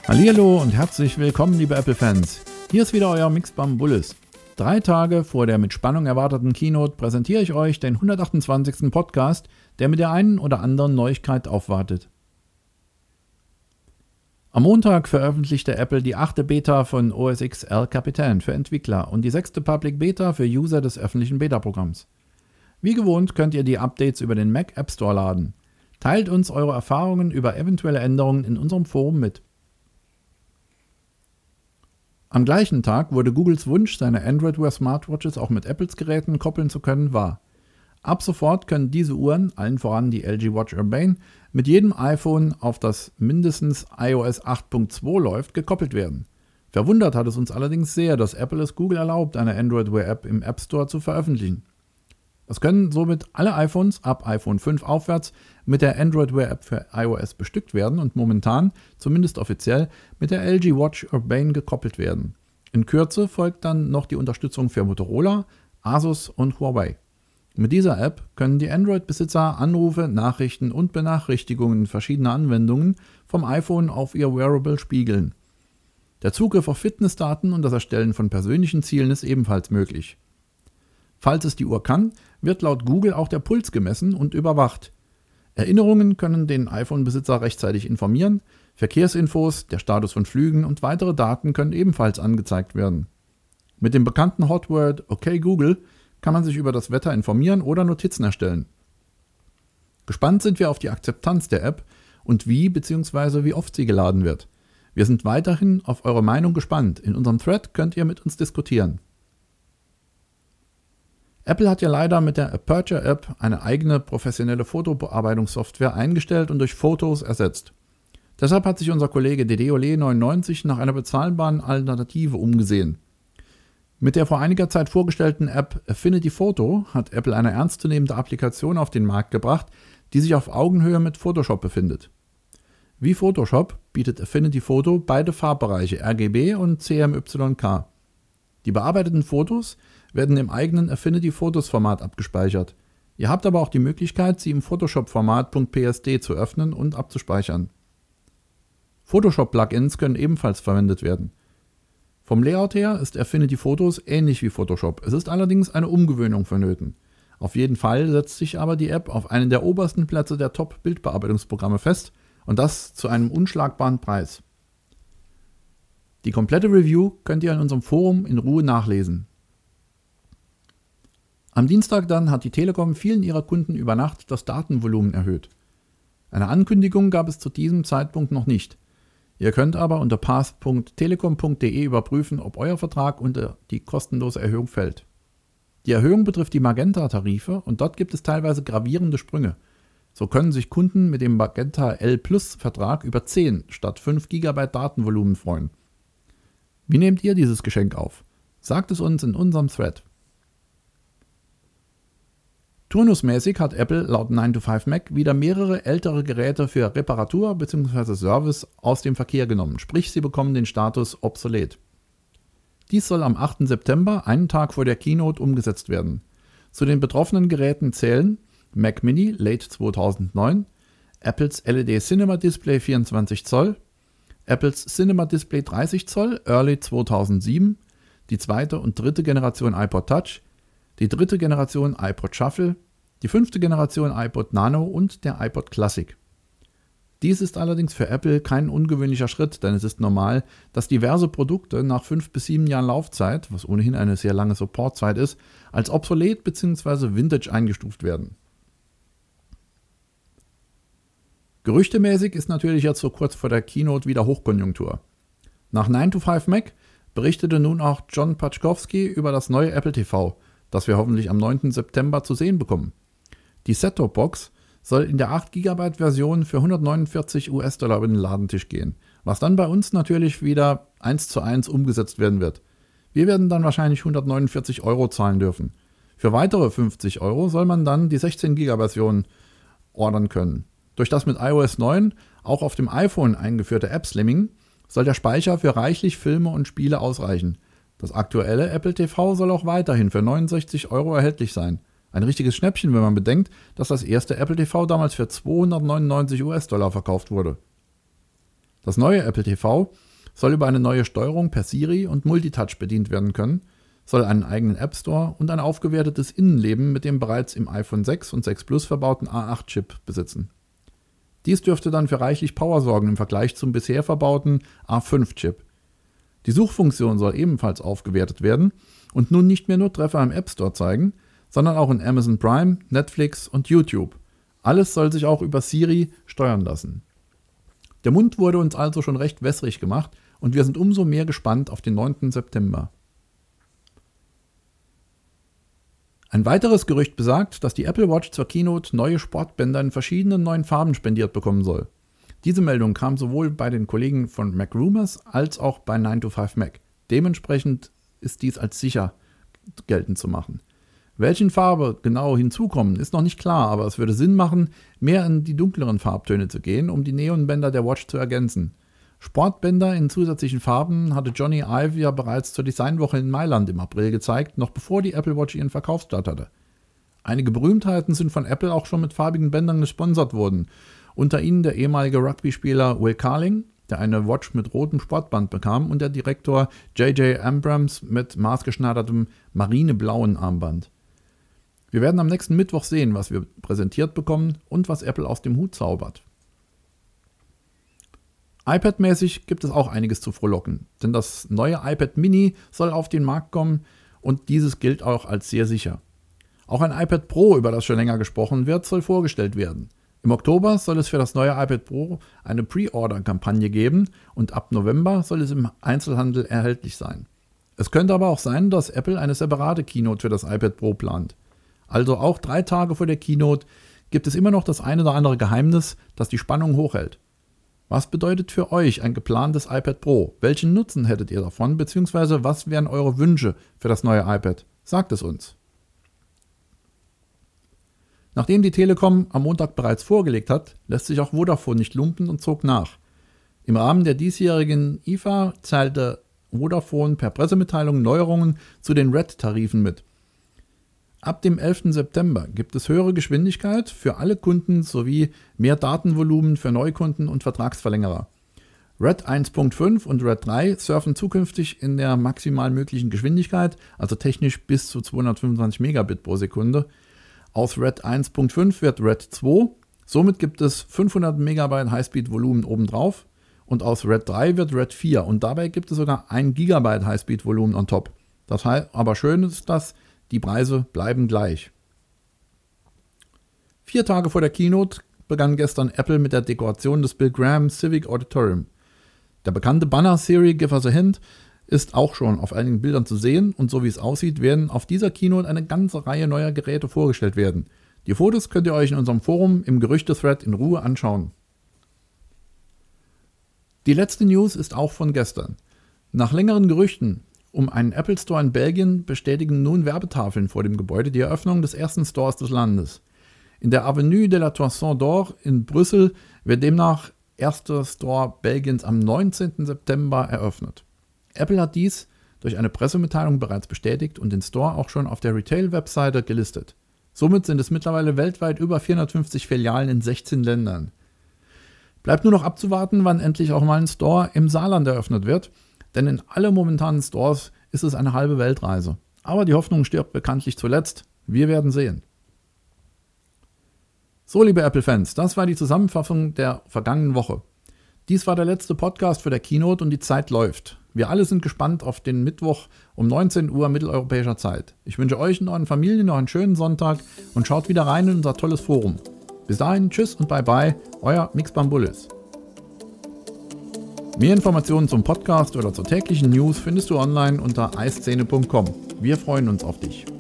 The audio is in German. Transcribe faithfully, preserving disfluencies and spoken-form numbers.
Hallihallo und herzlich willkommen, liebe Apple-Fans. Hier ist wieder euer Mixbum Bullis. Drei Tage vor der mit Spannung erwarteten Keynote präsentiere ich euch den hundertachtundzwanzigsten Podcast, der mit der einen oder anderen Neuigkeit aufwartet. Am Montag veröffentlichte Apple die achte Beta von O S X El Capitan für Entwickler und die sechste Public Beta für User des öffentlichen Beta-Programms. Wie gewohnt könnt ihr die Updates über den Mac App Store laden. Teilt uns eure Erfahrungen über eventuelle Änderungen in unserem Forum mit. Am gleichen Tag wurde Googles Wunsch, seine Android Wear Smartwatches auch mit Apples Geräten koppeln zu können, wahr. Ab sofort können diese Uhren, allen voran die L G Watch Urbane, mit jedem iPhone, auf das mindestens i O S acht Punkt zwei läuft, gekoppelt werden. Verwundert hat es uns allerdings sehr, dass Apple es Google erlaubt, eine Android Wear App im App Store zu veröffentlichen. Es können somit alle iPhones ab iPhone fünf aufwärts mit der Android Wear App für iOS bestückt werden und momentan, zumindest offiziell, mit der L G Watch Urbane gekoppelt werden. In Kürze folgt dann noch die Unterstützung für Motorola, Asus und Huawei. Mit dieser App können die Android-Besitzer Anrufe, Nachrichten und Benachrichtigungen verschiedener Anwendungen vom iPhone auf ihr Wearable spiegeln. Der Zugriff auf Fitnessdaten und das Erstellen von persönlichen Zielen ist ebenfalls möglich. Falls es die Uhr kann, wird laut Google auch der Puls gemessen und überwacht. Erinnerungen können den iPhone-Besitzer rechtzeitig informieren, Verkehrsinfos, der Status von Flügen und weitere Daten können ebenfalls angezeigt werden. Mit dem bekannten Hotword Okay Google kann man sich über das Wetter informieren oder Notizen erstellen. Gespannt sind wir auf die Akzeptanz der App und wie bzw. wie oft sie geladen wird. Wir sind weiterhin auf eure Meinung gespannt. In unserem Thread könnt ihr mit uns diskutieren. Apple hat ja leider mit der Aperture App eine eigene professionelle Fotobearbeitungssoftware eingestellt und durch Fotos ersetzt. Deshalb hat sich unser Kollege Dedole neunundneunzig nach einer bezahlbaren Alternative umgesehen. Mit der vor einiger Zeit vorgestellten App Affinity Photo hat Apple eine ernstzunehmende Applikation auf den Markt gebracht, die sich auf Augenhöhe mit Photoshop befindet. Wie Photoshop bietet Affinity Photo beide Farbbereiche R G B und C M Y K. Die bearbeiteten Fotos werden im eigenen Affinity Photos Format abgespeichert. Ihr habt aber auch die Möglichkeit, sie im Photoshop-Format .psd zu öffnen und abzuspeichern. Photoshop-Plugins können ebenfalls verwendet werden. Vom Layout her ist Affinity Photos ähnlich wie Photoshop. Es ist allerdings eine Umgewöhnung vonnöten. Auf jeden Fall setzt sich aber die App auf einen der obersten Plätze der Top-Bildbearbeitungsprogramme fest und das zu einem unschlagbaren Preis. Die komplette Review könnt ihr in unserem Forum in Ruhe nachlesen. Am Dienstag dann hat die Telekom vielen ihrer Kunden über Nacht das Datenvolumen erhöht. Eine Ankündigung gab es zu diesem Zeitpunkt noch nicht. Ihr könnt aber unter path punkt telekom punkt de überprüfen, ob euer Vertrag unter die kostenlose Erhöhung fällt. Die Erhöhung betrifft die Magenta-Tarife und dort gibt es teilweise gravierende Sprünge. So können sich Kunden mit dem Magenta L Plus Vertrag über zehn statt fünf Gigabyte Datenvolumen freuen. Wie nehmt ihr dieses Geschenk auf? Sagt es uns in unserem Thread. Turnusmäßig hat Apple laut nine to five Mac wieder mehrere ältere Geräte für Reparatur bzw. Service aus dem Verkehr genommen, sprich sie bekommen den Status obsolet. Dies soll am achten September, einen Tag vor der Keynote, umgesetzt werden. Zu den betroffenen Geräten zählen Mac Mini Late zweitausendneun, Apples L E D Cinema Display vierundzwanzig Zoll, Apples Cinema Display dreißig Zoll Early zweitausendsieben, die zweite und dritte Generation iPod Touch, die dritte Generation iPod Shuffle, die fünfte Generation iPod Nano und der iPod Classic. Dies ist allerdings für Apple kein ungewöhnlicher Schritt, denn es ist normal, dass diverse Produkte nach fünf bis sieben Jahren Laufzeit, was ohnehin eine sehr lange Supportzeit ist, als obsolet bzw. Vintage eingestuft werden. Gerüchtemäßig ist natürlich jetzt so kurz vor der Keynote wieder Hochkonjunktur. Nach nine to five Mac berichtete nun auch John Paczkowski über das neue Apple T V, das wir hoffentlich am neunten September zu sehen bekommen. Die Set-Top-Box soll in der acht Gigabyte Version für hundertneunundvierzig US-Dollar über den Ladentisch gehen, was dann bei uns natürlich wieder eins zu eins umgesetzt werden wird. Wir werden dann wahrscheinlich hundertneunundvierzig Euro zahlen dürfen. Für weitere fünfzig Euro soll man dann die sechzehn Gigabyte Version ordern können. Durch das mit i O S neun auch auf dem iPhone eingeführte App-Slimming soll der Speicher für reichlich Filme und Spiele ausreichen. Das aktuelle Apple T V soll auch weiterhin für neunundsechzig Euro erhältlich sein. Ein richtiges Schnäppchen, wenn man bedenkt, dass das erste Apple T V damals für zweihundertneunundneunzig US-Dollar verkauft wurde. Das neue Apple T V soll über eine neue Steuerung per Siri und Multitouch bedient werden können, soll einen eigenen App Store und ein aufgewertetes Innenleben mit dem bereits im iPhone sechs und sechs Plus verbauten A acht Chip besitzen. Dies dürfte dann für reichlich Power sorgen im Vergleich zum bisher verbauten A fünf Chip. Die Suchfunktion soll ebenfalls aufgewertet werden und nun nicht mehr nur Treffer im App Store zeigen, sondern auch in Amazon Prime, Netflix und YouTube. Alles soll sich auch über Siri steuern lassen. Der Mund wurde uns also schon recht wässrig gemacht und wir sind umso mehr gespannt auf den neunten September. Ein weiteres Gerücht besagt, dass die Apple Watch zur Keynote neue Sportbänder in verschiedenen neuen Farben spendiert bekommen soll. Diese Meldung kam sowohl bei den Kollegen von MacRumors als auch bei nine to five Mac. Dementsprechend ist dies als sicher geltend zu machen. Welchen Farbe genau hinzukommen, ist noch nicht klar, aber es würde Sinn machen, mehr in die dunkleren Farbtöne zu gehen, um die Neonbänder der Watch zu ergänzen. Sportbänder in zusätzlichen Farben hatte Johnny Ive ja bereits zur Designwoche in Mailand im April gezeigt, noch bevor die Apple Watch ihren Verkaufsstart hatte. Einige Berühmtheiten sind von Apple auch schon mit farbigen Bändern gesponsert worden, unter ihnen der ehemalige Rugby-Spieler Will Carling, der eine Watch mit rotem Sportband bekam, und der Direktor J J Abrams mit maßgeschneidertem marineblauen Armband. Wir werden am nächsten Mittwoch sehen, was wir präsentiert bekommen und was Apple aus dem Hut zaubert. iPad-mäßig gibt es auch einiges zu frohlocken, denn das neue iPad Mini soll auf den Markt kommen und dieses gilt auch als sehr sicher. Auch ein iPad Pro, über das schon länger gesprochen wird, soll vorgestellt werden. Im Oktober soll es für das neue iPad Pro eine Pre-Order-Kampagne geben und ab November soll es im Einzelhandel erhältlich sein. Es könnte aber auch sein, dass Apple eine separate Keynote für das iPad Pro plant. Also auch drei Tage vor der Keynote gibt es immer noch das ein oder andere Geheimnis, das die Spannung hochhält. Was bedeutet für euch ein geplantes iPad Pro? Welchen Nutzen hättet ihr davon, beziehungsweise was wären eure Wünsche für das neue iPad? Sagt es uns. Nachdem die Telekom am Montag bereits vorgelegt hat, lässt sich auch Vodafone nicht lumpen und zog nach. Im Rahmen der diesjährigen I F A teilte Vodafone per Pressemitteilung Neuerungen zu den Red-Tarifen mit. Ab dem elften September gibt es höhere Geschwindigkeit für alle Kunden sowie mehr Datenvolumen für Neukunden und Vertragsverlängerer. Red eins Punkt fünf und Red drei surfen zukünftig in der maximal möglichen Geschwindigkeit, also technisch bis zu zweihundertfünfundzwanzig Megabit pro Sekunde. Aus Red eins Punkt fünf wird Red zwei, somit gibt es fünfhundert Megabyte Highspeed-Volumen obendrauf, und aus Red drei wird Red vier und dabei gibt es sogar ein Gigabyte Highspeed-Volumen on top. Das heißt, aber schön ist das, die Preise bleiben gleich. Vier Tage vor der Keynote begann gestern Apple mit der Dekoration des Bill Graham Civic Auditorium. Der bekannte Banner Siri Give Us a Hint ist auch schon auf einigen Bildern zu sehen und so wie es aussieht, werden auf dieser Keynote eine ganze Reihe neuer Geräte vorgestellt werden. Die Fotos könnt ihr euch in unserem Forum im Gerüchte-Thread in Ruhe anschauen. Die letzte News ist auch von gestern. Nach längeren Gerüchten um einen Apple Store in Belgien bestätigen nun Werbetafeln vor dem Gebäude die Eröffnung des ersten Stores des Landes. In der Avenue de la Toison d'Or in Brüssel wird demnach erster Store Belgiens am neunzehnten September eröffnet. Apple hat dies durch eine Pressemitteilung bereits bestätigt und den Store auch schon auf der Retail-Webseite gelistet. Somit sind es mittlerweile weltweit über vierhundertfünfzig Filialen in sechzehn Ländern. Bleibt nur noch abzuwarten, wann endlich auch mal ein Store im Saarland eröffnet wird, denn in alle momentanen Stores ist es eine halbe Weltreise. Aber die Hoffnung stirbt bekanntlich zuletzt. Wir werden sehen. So, liebe Apple-Fans, das war die Zusammenfassung der vergangenen Woche. Dies war der letzte Podcast für der Keynote und die Zeit läuft. Wir alle sind gespannt auf den Mittwoch um neunzehn Uhr mitteleuropäischer Zeit. Ich wünsche euch und euren Familien noch einen schönen Sonntag und schaut wieder rein in unser tolles Forum. Bis dahin, tschüss und bye bye, euer Mix Bambulis. Mehr Informationen zum Podcast oder zur täglichen News findest du online unter i szene punkt com. Wir freuen uns auf dich.